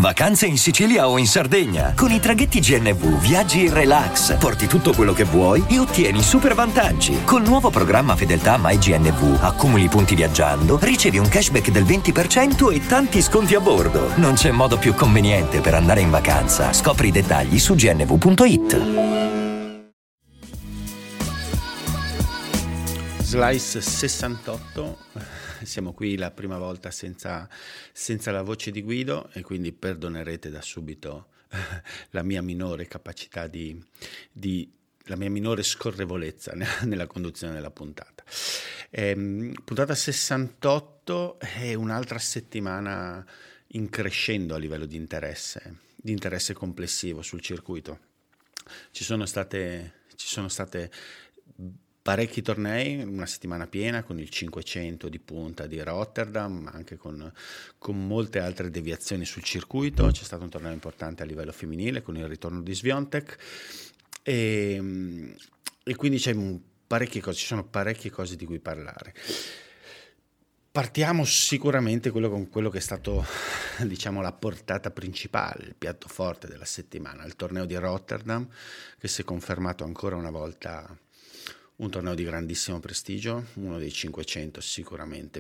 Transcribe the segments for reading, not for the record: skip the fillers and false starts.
Vacanze in Sicilia o in Sardegna. Con i traghetti GNV viaggi in relax, porti tutto quello che vuoi e ottieni super vantaggi. Col nuovo programma Fedeltà MyGNV accumuli punti viaggiando, ricevi un cashback del 20% e tanti sconti a bordo. Non c'è modo più conveniente per andare in vacanza. Scopri i dettagli su gnv.it. Slice 68, siamo qui la prima volta senza la voce di Guido e quindi perdonerete da subito la mia minore capacità la mia minore scorrevolezza nella conduzione della puntata. Puntata 68 è un'altra settimana in crescendo a livello di interesse complessivo sul circuito. Ci sono state parecchi tornei, una settimana piena con il 500 di punta di Rotterdam, ma anche con molte altre deviazioni sul circuito. C'è stato un torneo importante a livello femminile con il ritorno di Swiatek e quindi ci sono parecchie cose di cui parlare. Partiamo sicuramente con quello che è stato, diciamo, la portata principale, il piatto forte della settimana, il torneo di Rotterdam, che si è confermato ancora una volta un torneo di grandissimo prestigio, uno dei 500 sicuramente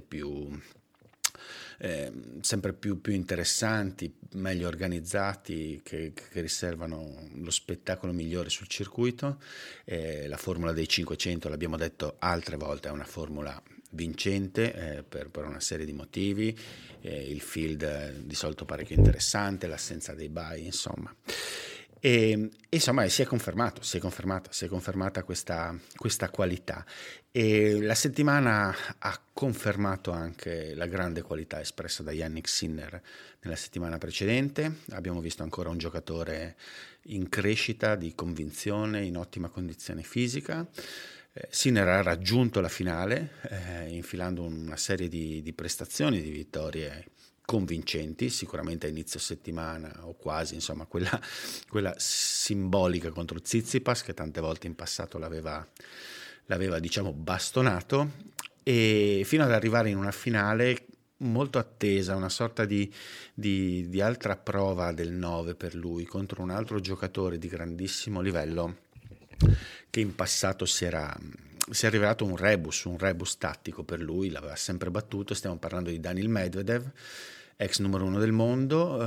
sempre più interessanti, meglio organizzati, che riservano lo spettacolo migliore sul circuito. La formula dei 500, l'abbiamo detto altre volte, è una formula vincente per una serie di motivi, il field di solito parecchio interessante, l'assenza dei bye, insomma. E insomma si è confermata questa qualità, e la settimana ha confermato anche la grande qualità espressa da Jannik Sinner nella settimana precedente. Abbiamo visto ancora un giocatore in crescita di convinzione, in ottima condizione fisica. Sinner ha raggiunto la finale infilando una serie di prestazioni, di vittorie convincenti, sicuramente a inizio settimana o quasi, insomma quella simbolica contro Tsitsipas, che tante volte in passato l'aveva diciamo bastonato, e fino ad arrivare in una finale molto attesa, una sorta di altra prova del 9 per lui contro un altro giocatore di grandissimo livello che in passato si è rivelato un rebus tattico per lui, l'aveva sempre battuto. Stiamo parlando di Daniil Medvedev, ex numero 1 del mondo,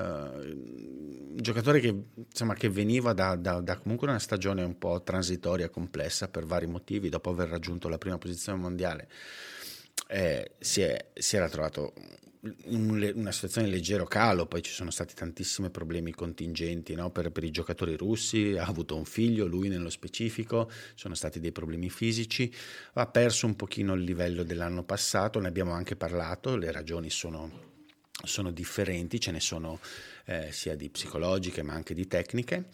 giocatore che veniva da comunque una stagione un po' transitoria, complessa per vari motivi. Dopo aver raggiunto la prima posizione mondiale si era trovato in una situazione di leggero calo. Poi ci sono stati tantissimi problemi contingenti, no? per i giocatori russi, ha avuto un figlio, lui nello specifico, sono stati dei problemi fisici, ha perso un pochino il livello dell'anno passato, ne abbiamo anche parlato, le ragioni sono differenti, ce ne sono sia di psicologiche ma anche di tecniche,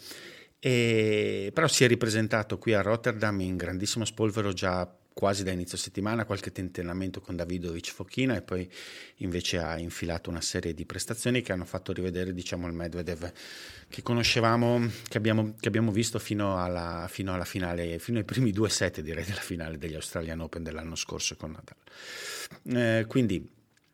però si è ripresentato qui a Rotterdam in grandissimo spolvero già quasi da inizio settimana, qualche tentennamento con Davidovich Fokina, e poi invece ha infilato una serie di prestazioni che hanno fatto rivedere, diciamo, il Medvedev che conoscevamo, che abbiamo visto fino alla finale, fino ai primi 2 set, direi, della finale degli Australian Open dell'anno scorso con Nadal. Quindi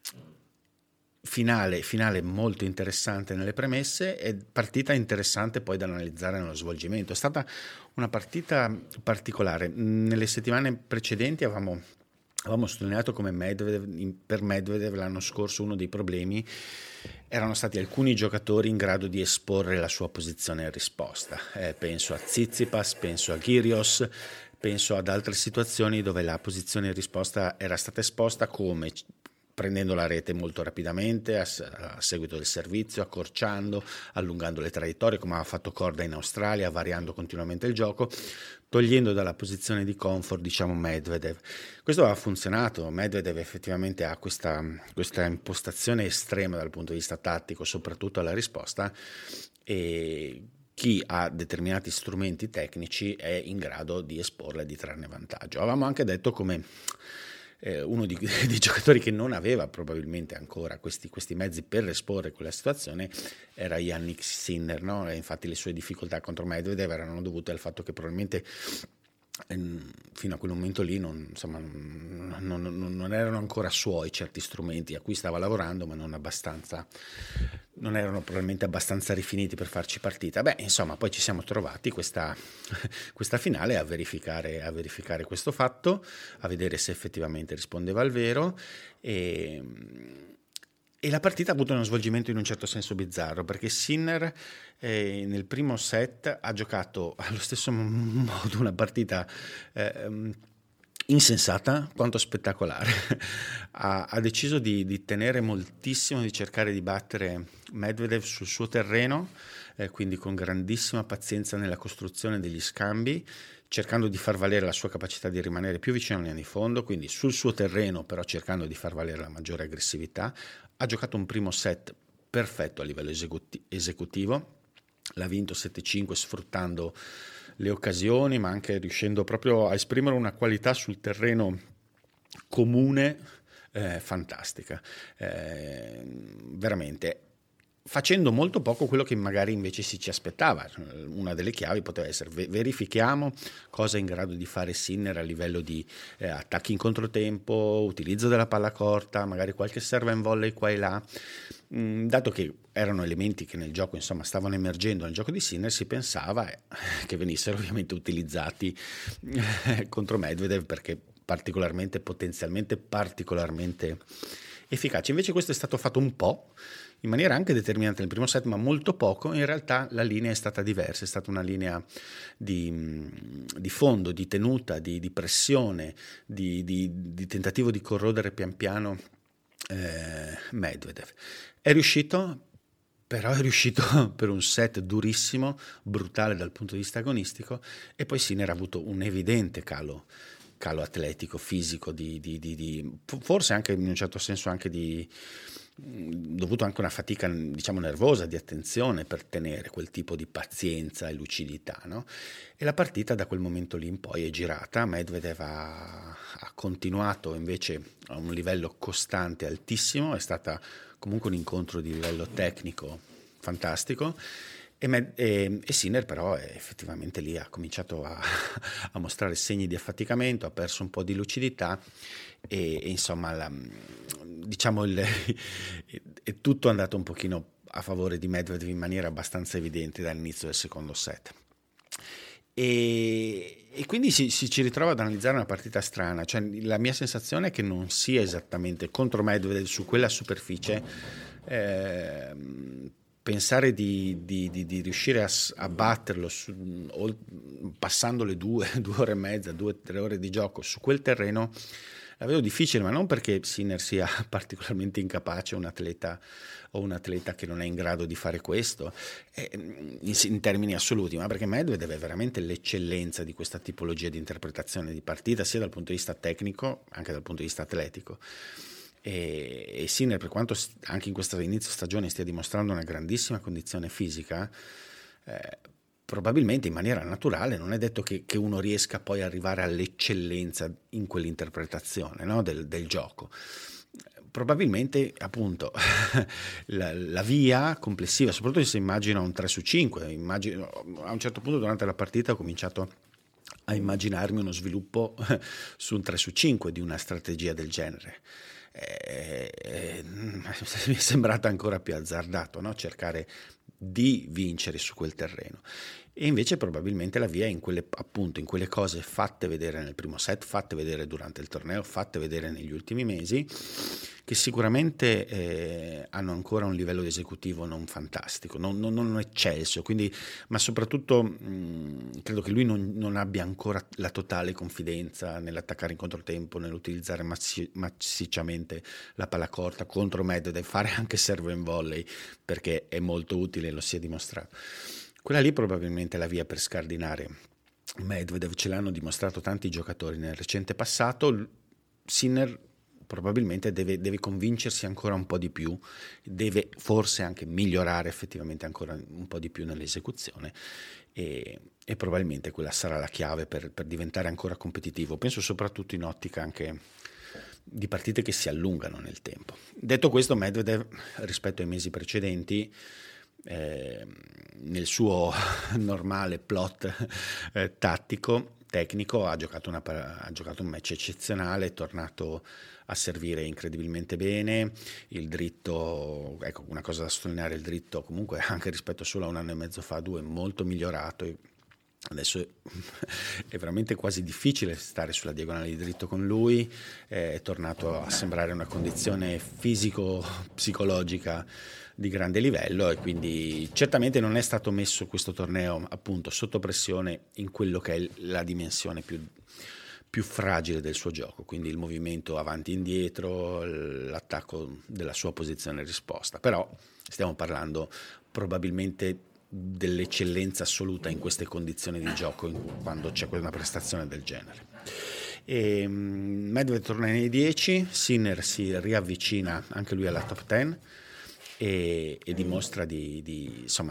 finale molto interessante nelle premesse e partita interessante poi da analizzare nello svolgimento. È stata una partita particolare. Nelle settimane precedenti avevamo sottolineato come per Medvedev l'anno scorso uno dei problemi erano stati alcuni giocatori in grado di esporre la sua posizione in risposta. Penso a Tsitsipas, penso a Kyrgios, penso ad altre situazioni dove la posizione in risposta era stata esposta, come prendendo la rete molto rapidamente a seguito del servizio, accorciando, allungando le traiettorie, come aveva fatto Korda in Australia, variando continuamente il gioco, togliendo dalla posizione di comfort, diciamo, Medvedev. Questo ha funzionato. Medvedev effettivamente ha questa impostazione estrema dal punto di vista tattico, soprattutto alla risposta, e chi ha determinati strumenti tecnici è in grado di esporla e di trarne vantaggio. Avevamo anche detto come uno dei giocatori che non aveva probabilmente ancora questi mezzi per esporre quella situazione era Jannik Sinner, no? E infatti le sue difficoltà contro Medvedev erano dovute al fatto che probabilmente fino a quel momento lì non erano ancora suoi certi strumenti a cui stava lavorando, ma non erano probabilmente abbastanza rifiniti per farci partita. Insomma, poi ci siamo trovati questa finale a verificare questo fatto, a vedere se effettivamente rispondeva al vero, e la partita ha avuto uno svolgimento in un certo senso bizzarro, perché Sinner nel primo set ha giocato allo stesso modo una partita insensata quanto spettacolare. ha deciso di tenere moltissimo, di cercare di battere Medvedev sul suo terreno, quindi con grandissima pazienza nella costruzione degli scambi, cercando di far valere la sua capacità di rimanere più vicino alla linea di fondo, quindi sul suo terreno, però cercando di far valere la maggiore aggressività. Ha giocato un primo set perfetto a livello esecutivo, l'ha vinto 7-5 sfruttando le occasioni, ma anche riuscendo proprio a esprimere una qualità sul terreno comune fantastica, veramente, facendo molto poco quello che magari invece si ci aspettava. Una delle chiavi poteva essere verifichiamo cosa è in grado di fare Sinner a livello di attacchi in controtempo, utilizzo della palla corta, magari qualche serve in volley qua e là. Dato che erano elementi che nel gioco stavano emergendo nel gioco di Sinner, si pensava che venissero ovviamente utilizzati contro Medvedev, perché potenzialmente particolarmente efficaci. Invece questo è stato fatto un po' in maniera anche determinante nel primo set, ma molto poco. In realtà la linea è stata diversa, è stata una linea di fondo, di tenuta, di pressione, di tentativo di corrodere pian piano Medvedev. È riuscito per un set durissimo, brutale dal punto di vista agonistico, e poi Sinner ha avuto un evidente calo atletico, fisico, forse anche in un certo senso anche dovuto anche a una fatica, diciamo, nervosa, di attenzione per tenere quel tipo di pazienza e lucidità, no? E la partita da quel momento lì in poi è girata. Medvedev ha continuato invece a un livello costante, altissimo. È stata comunque un incontro di livello tecnico fantastico, e Sinner però effettivamente lì ha cominciato a mostrare segni di affaticamento, ha perso un po' di lucidità, e insomma è tutto andato un pochino a favore di Medvedev in maniera abbastanza evidente dall'inizio del secondo set. E quindi ci ritrova ad analizzare una partita strana. Cioè, la mia sensazione è che non sia esattamente contro Medvedev su quella superficie. Pensare di riuscire a batterlo passando le 2 ore e mezza, 2-3 ore di gioco su quel terreno, la vedo difficile, ma non perché Sinner sia particolarmente incapace, un atleta che non è in grado di fare questo in termini assoluti, ma perché Medvedev è veramente l'eccellenza di questa tipologia di interpretazione di partita, sia dal punto di vista tecnico anche dal punto di vista atletico. E Sinner, per quanto anche in questo inizio stagione stia dimostrando una grandissima condizione fisica, probabilmente in maniera naturale non è detto che uno riesca poi ad arrivare all'eccellenza in quell'interpretazione, no, del gioco. Probabilmente appunto la via complessiva, soprattutto se immagino un 3 su 5, a un certo punto durante la partita ho cominciato a immaginarmi uno sviluppo su un 3 su 5 di una strategia del genere. Mi è sembrata ancora più azzardato, no? Cercare di vincere su quel terreno, e invece probabilmente la via è in quelle cose fatte vedere nel primo set, fatte vedere durante il torneo, fatte vedere negli ultimi mesi, che sicuramente hanno ancora un livello esecutivo non fantastico, non eccelso, quindi, ma soprattutto credo che lui non abbia ancora la totale confidenza nell'attaccare in controtempo, nell'utilizzare massicciamente la palla corta contro Medvedev, fare anche serve in volley, perché è molto utile, lo si è dimostrato. Quella lì probabilmente è la via per scardinare Medvedev, ce l'hanno dimostrato tanti giocatori nel recente passato. Sinner probabilmente deve convincersi ancora un po' di più, deve forse anche migliorare effettivamente ancora un po' di più nell'esecuzione, e probabilmente quella sarà la chiave per diventare ancora competitivo. Penso soprattutto in ottica anche di partite che si allungano nel tempo. Detto questo, Medvedev rispetto ai mesi precedenti, nel suo normale plot tattico, tecnico, ha giocato un match eccezionale, è tornato a servire incredibilmente bene, il dritto, ecco, una cosa da sottolineare, il dritto comunque anche rispetto solo a un anno e mezzo fa, 2, è molto migliorato. Adesso è veramente quasi difficile stare sulla diagonale di dritto con lui, è tornato a sembrare una condizione fisico-psicologica di grande livello, e quindi certamente non è stato messo questo torneo appunto sotto pressione in quello che è la dimensione più fragile del suo gioco, quindi il movimento avanti e indietro, l'attacco della sua posizione risposta. Però stiamo parlando probabilmente dell'eccellenza assoluta in queste condizioni di gioco, quando c'è una prestazione del genere. Medvedev torna nei 10, Sinner si riavvicina anche lui alla top 10 e dimostra dimostra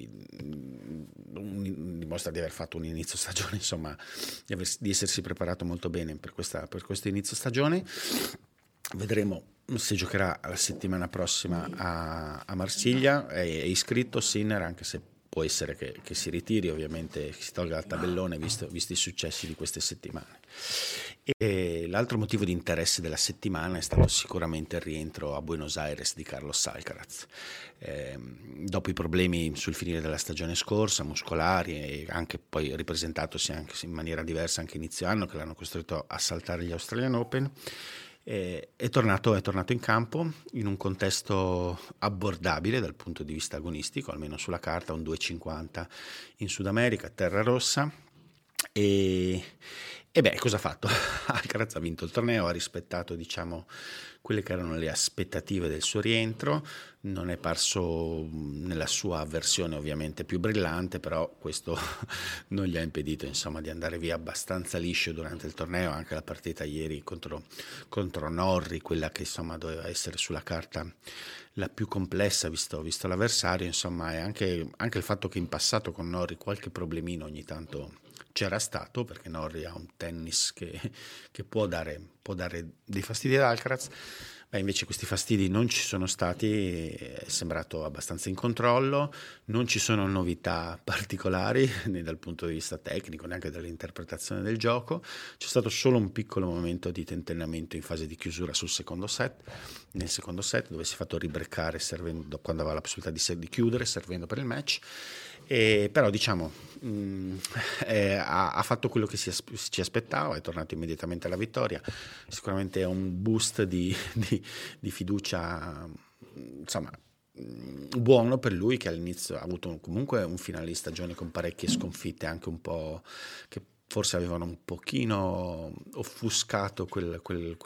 di aver fatto un inizio stagione, insomma, di essersi preparato molto bene per questo inizio stagione. Vedremo se giocherà la settimana prossima a Marsiglia. È iscritto Sinner, anche se può essere che si ritiri, ovviamente si tolga dal tabellone visto i successi di queste settimane. E l'altro motivo di interesse della settimana è stato sicuramente il rientro a Buenos Aires di Carlos Alcaraz. Dopo i problemi sul finire della stagione scorsa, muscolari, e anche poi ripresentatosi anche in maniera diversa anche inizio anno, che l'hanno costretto a saltare gli Australian Open, è tornato in campo in un contesto abbordabile dal punto di vista agonistico, almeno sulla carta, un 2,50 in Sud America, terra rossa, e cosa ha fatto? Alcaraz ha vinto il torneo, ha rispettato, diciamo, quelle che erano le aspettative del suo rientro. Non è parso nella sua versione ovviamente più brillante, però questo non gli ha impedito, insomma, di andare via abbastanza liscio durante il torneo. Anche la partita ieri contro Norrie, quella che insomma doveva essere sulla carta la più complessa visto l'avversario, insomma, e anche il fatto che in passato con Norrie qualche problemino ogni tanto c'era stato, perché Norrie ha un tennis che può dare dei fastidi ad Alcaraz. Invece questi fastidi non ci sono stati, è sembrato abbastanza in controllo, non ci sono novità particolari né dal punto di vista tecnico, neanche dall'interpretazione del gioco. C'è stato solo un piccolo momento di tentennamento in fase di chiusura nel secondo set, dove si è fatto ribreccare quando aveva la possibilità di chiudere, servendo per il match. Però diciamo ha fatto quello che ci aspettava, è tornato immediatamente alla vittoria. Sicuramente è un boost di fiducia, insomma, buono per lui, che all'inizio ha avuto comunque un finale di stagione con parecchie sconfitte, anche un po' che forse avevano un pochino offuscato quella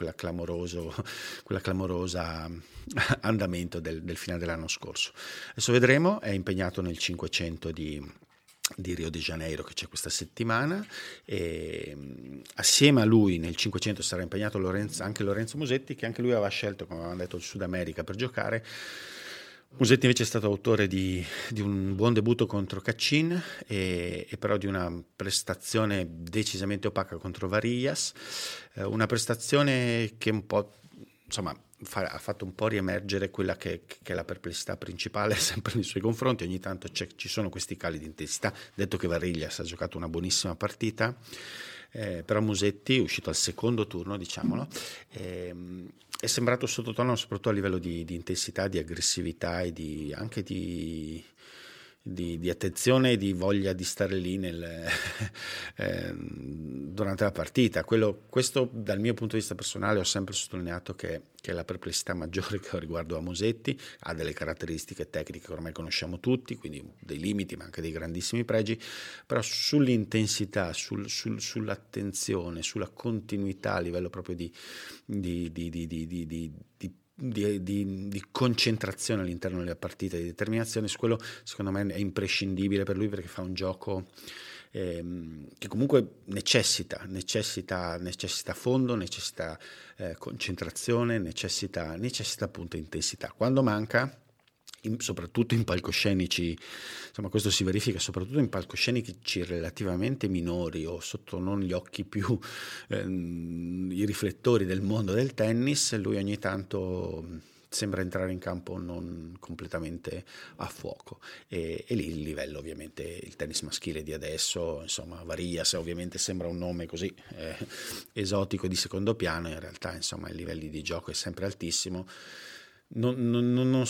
clamorosa andamento del finale dell'anno scorso. Adesso vedremo. È impegnato nel 500 di Rio de Janeiro, che c'è questa settimana, e assieme a lui nel 500 sarà impegnato anche Lorenzo Musetti, che anche lui aveva scelto, come avevamo detto, il Sud America per giocare. Musetti invece è stato autore di un buon debutto contro Cachin e però di una prestazione decisamente opaca contro Varillas, una prestazione che un po', insomma, ha fatto un po' riemergere quella che è la perplessità principale sempre nei suoi confronti. Ogni tanto ci sono questi cali di intensità, detto che Varillas ha giocato una buonissima partita, però Musetti, uscito al secondo turno, diciamolo, è sembrato sottotono soprattutto a livello di intensità, di aggressività e anche di attenzione e di voglia di stare lì durante la partita. Questo dal mio punto di vista personale ho sempre sottolineato che è la perplessità maggiore che ho riguardo a Musetti. Ha delle caratteristiche tecniche che ormai conosciamo tutti, quindi dei limiti ma anche dei grandissimi pregi, però sull'intensità, sull'attenzione, sulla continuità a livello proprio di concentrazione all'interno della partita, di determinazione, su quello secondo me è imprescindibile per lui, perché fa un gioco che comunque necessita fondo, necessita concentrazione, necessita appunto intensità. Quando manca, soprattutto in palcoscenici, insomma, questo si verifica soprattutto in palcoscenici relativamente minori o sotto non gli occhi più i riflettori del mondo del tennis, lui ogni tanto sembra entrare in campo non completamente a fuoco, e lì il livello, ovviamente il tennis maschile di adesso insomma varia. Se ovviamente sembra un nome così esotico di secondo piano, in realtà insomma il livello di gioco è sempre altissimo. Non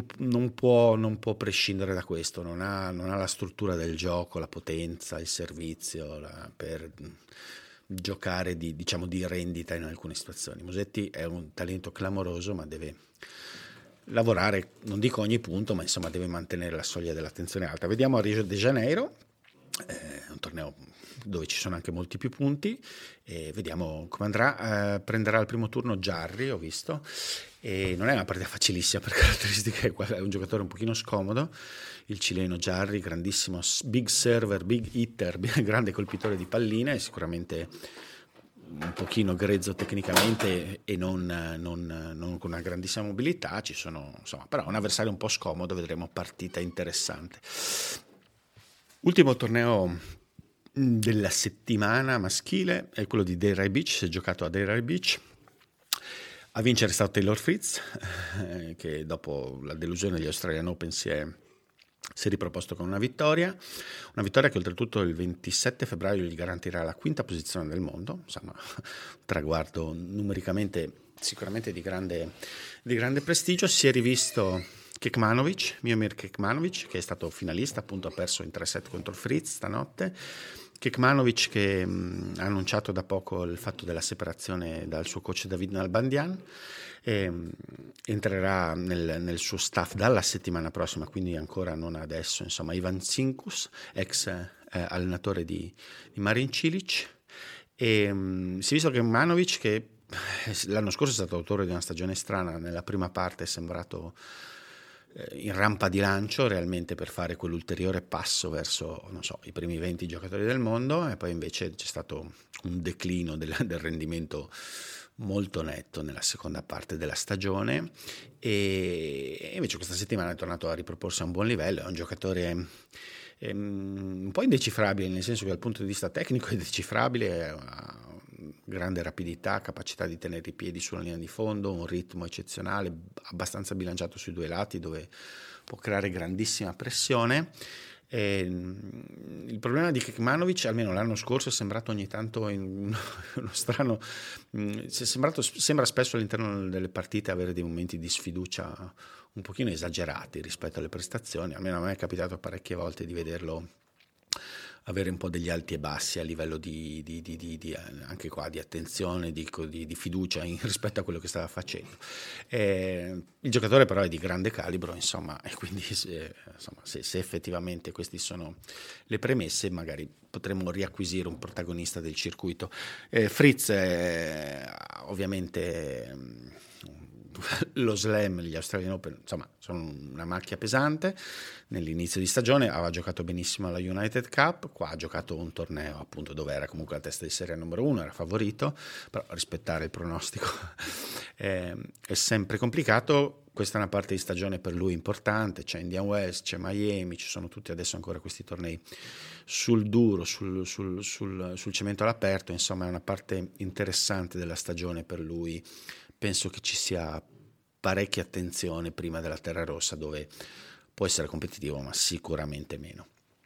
può prescindere da questo, non ha la struttura del gioco, la potenza, il servizio per giocare di rendita in alcune situazioni. Musetti è un talento clamoroso, ma deve lavorare, non dico ogni punto, ma insomma deve mantenere la soglia dell'attenzione alta. Vediamo a Rio de Janeiro, un torneo dove ci sono anche molti più punti, e vediamo come andrà. Prenderà il primo turno Jarry, ho visto, e non è una partita facilissima per caratteristiche, è un giocatore un pochino scomodo, il cileno Jarry, grandissimo big server, big hitter, grande colpitore di palline, sicuramente un pochino grezzo tecnicamente e non con una grandissima mobilità. Ci sono, insomma, però un avversario un po' scomodo, vedremo partita interessante. Ultimo torneo della settimana maschile è quello di Delray Beach, si è giocato a Delray Beach. A vincere è stato Taylor Fritz, che dopo la delusione degli Australian Open si è riproposto con una vittoria che oltretutto il 27 febbraio gli garantirà la quinta posizione del mondo, insomma un traguardo numericamente sicuramente di grande prestigio. Si è rivisto Miomir Kekmanovic, che è stato finalista, appunto ha perso in 3 set contro Fritz stanotte. Kekmanovic che ha annunciato da poco il fatto della separazione dal suo coach David Nalbandian, entrerà nel suo staff dalla settimana prossima, quindi ancora non adesso, insomma Ivan Sinkus, ex allenatore di Marin Cilic. E si è visto Kekmanovic, che l'anno scorso è stato autore di una stagione strana, nella prima parte è sembrato in rampa di lancio realmente per fare quell'ulteriore passo verso, non so, i primi 20 giocatori del mondo, e poi invece c'è stato un declino del rendimento molto netto nella seconda parte della stagione, e invece questa settimana è tornato a riproporsi a un buon livello. È un giocatore un po' indecifrabile, nel senso che dal punto di vista tecnico è decifrabile, ha grande rapidità, capacità di tenere i piedi sulla linea di fondo, un ritmo eccezionale, abbastanza bilanciato sui due lati, dove può creare grandissima pressione. Il problema di Kekmanovic, almeno l'anno scorso, è sembrato ogni tanto uno strano, sembra spesso all'interno delle partite avere dei momenti di sfiducia un pochino esagerati rispetto alle prestazioni. Almeno a me è capitato parecchie volte di vederlo avere un po' degli alti e bassi a livello di anche qua di attenzione, di fiducia rispetto a quello che stava facendo. Il giocatore però è di grande calibro, insomma, e quindi se effettivamente queste sono le premesse, magari potremmo riacquisire un protagonista del circuito. Fritz ovviamente lo slam, gli Australian Open, insomma, sono una macchia pesante. Nell'inizio di stagione aveva giocato benissimo alla United Cup, qua ha giocato un torneo appunto dove era comunque la testa di serie numero 1, era favorito, però rispettare il pronostico è sempre complicato. Questa è una parte di stagione per lui importante, c'è Indian Wells, c'è Miami, ci sono tutti adesso ancora questi tornei sul duro, sul cemento all'aperto, insomma è una parte interessante della stagione per lui. Penso che ci sia parecchia attenzione prima della terra rossa, dove può essere competitivo ma sicuramente meno.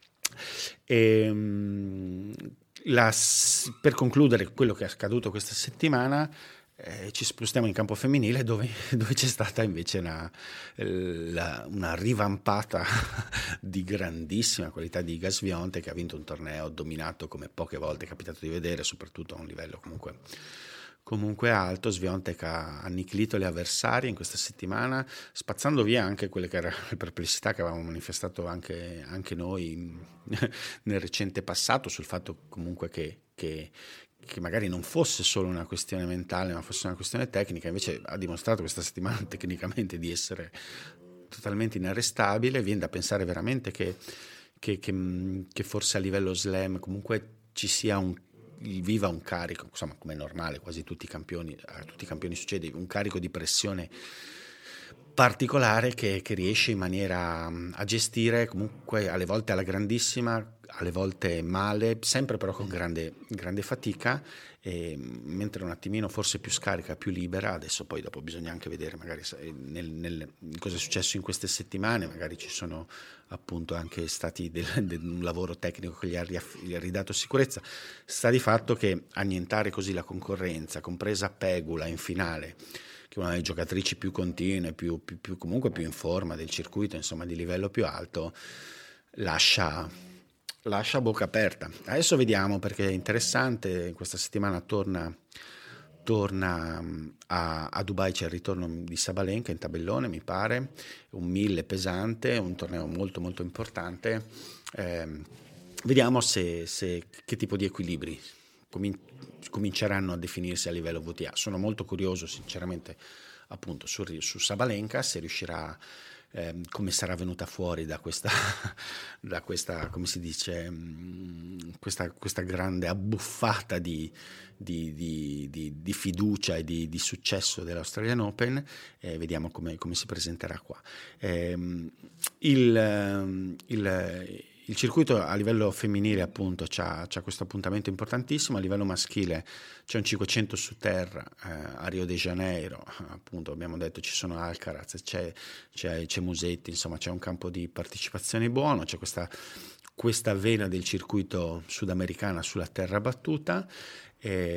Per concludere quello che è accaduto questa settimana, ci spostiamo in campo femminile dove c'è stata invece una rivampata di grandissima qualità di Iga Swiatek, che ha vinto un torneo dominato come poche volte è capitato di vedere, soprattutto a un livello comunque alto. Swiatek ha annichilito le avversarie in questa settimana, spazzando via anche quelle che erano le perplessità che avevamo manifestato anche noi nel recente passato, sul fatto comunque che magari non fosse solo una questione mentale ma fosse una questione tecnica. Invece ha dimostrato questa settimana tecnicamente di essere totalmente inarrestabile. Viene da pensare veramente che forse a livello slam comunque ci sia viva un carico, insomma, come è normale, quasi a tutti i campioni succede, un carico di pressione particolare che riesce in maniera a gestire comunque alle volte alla grandissima, alle volte male, sempre però con grande fatica, mentre un attimino forse più scarica, più libera. Adesso poi dopo bisogna anche vedere magari cosa è successo in queste settimane, magari ci sono appunto anche stati un lavoro tecnico che gli ha ridato sicurezza. Sta di fatto che annientare così la concorrenza, compresa Pegula in finale, che è una delle giocatrici più continue, comunque più in forma del circuito, insomma di livello più alto, lascia bocca aperta. Adesso vediamo, perché è interessante, questa settimana torna a Dubai, c'è il ritorno di Sabalenka in tabellone, mi pare, un 1000 pesante, un torneo molto molto importante. Vediamo che tipo di equilibri cominceranno a definirsi a livello WTA. Sono molto curioso sinceramente appunto su Sabalenka, se riuscirà, come sarà venuta fuori da questa come si dice, questa grande abbuffata di fiducia e di successo dell'Australian Open. Vediamo come si presenterà qua. Il circuito a livello femminile appunto c'ha questo appuntamento importantissimo. A livello maschile c'è un 500 su terra a Rio de Janeiro, appunto abbiamo detto ci sono Alcaraz, c'è Musetti, insomma c'è un campo di partecipazione buono, c'è questa vena del circuito sudamericana sulla terra battuta. È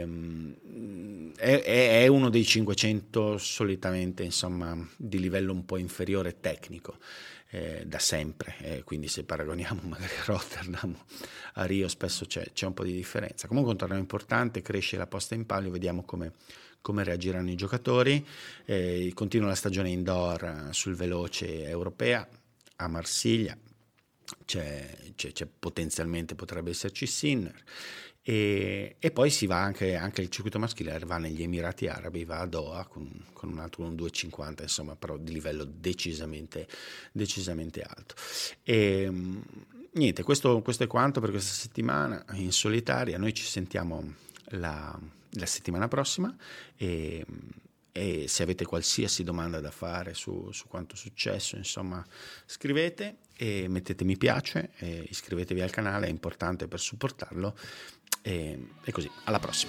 uno dei 500 solitamente, insomma, di livello un po' inferiore tecnico, da sempre, quindi se paragoniamo magari a Rotterdam, a Rio, spesso c'è un po' di differenza. Comunque un torneo importante, cresce la posta in palio, vediamo come reagiranno i giocatori. Continua la stagione indoor sul veloce europea a Marsiglia, c'è potenzialmente potrebbe esserci Sinner. E poi si va anche il circuito maschile, va negli Emirati Arabi, va a Doha con un altro 2,50, insomma, però di livello decisamente alto. E niente, questo è quanto per questa settimana in solitaria. Noi ci sentiamo la settimana prossima e se avete qualsiasi domanda da fare su quanto è successo, insomma, scrivete e mettete mi piace e iscrivetevi al canale, è importante per supportarlo. E così, alla prossima.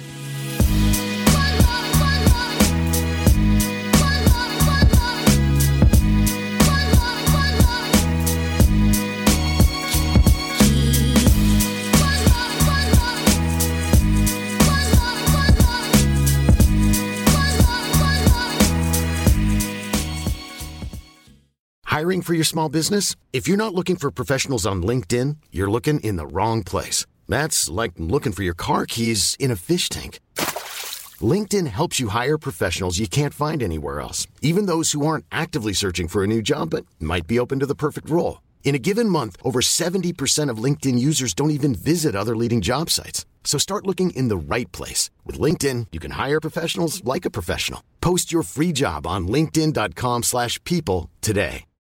Hiring for your small business? If you're not looking for professionals on LinkedIn, you're looking in the wrong place. That's like looking for your car keys in a fish tank. LinkedIn helps you hire professionals you can't find anywhere else, even those who aren't actively searching for a new job but might be open to the perfect role. In a given month, over 70% of LinkedIn users don't even visit other leading job sites. So start looking in the right place. With LinkedIn, you can hire professionals like a professional. Post your free job on linkedin.com/people today.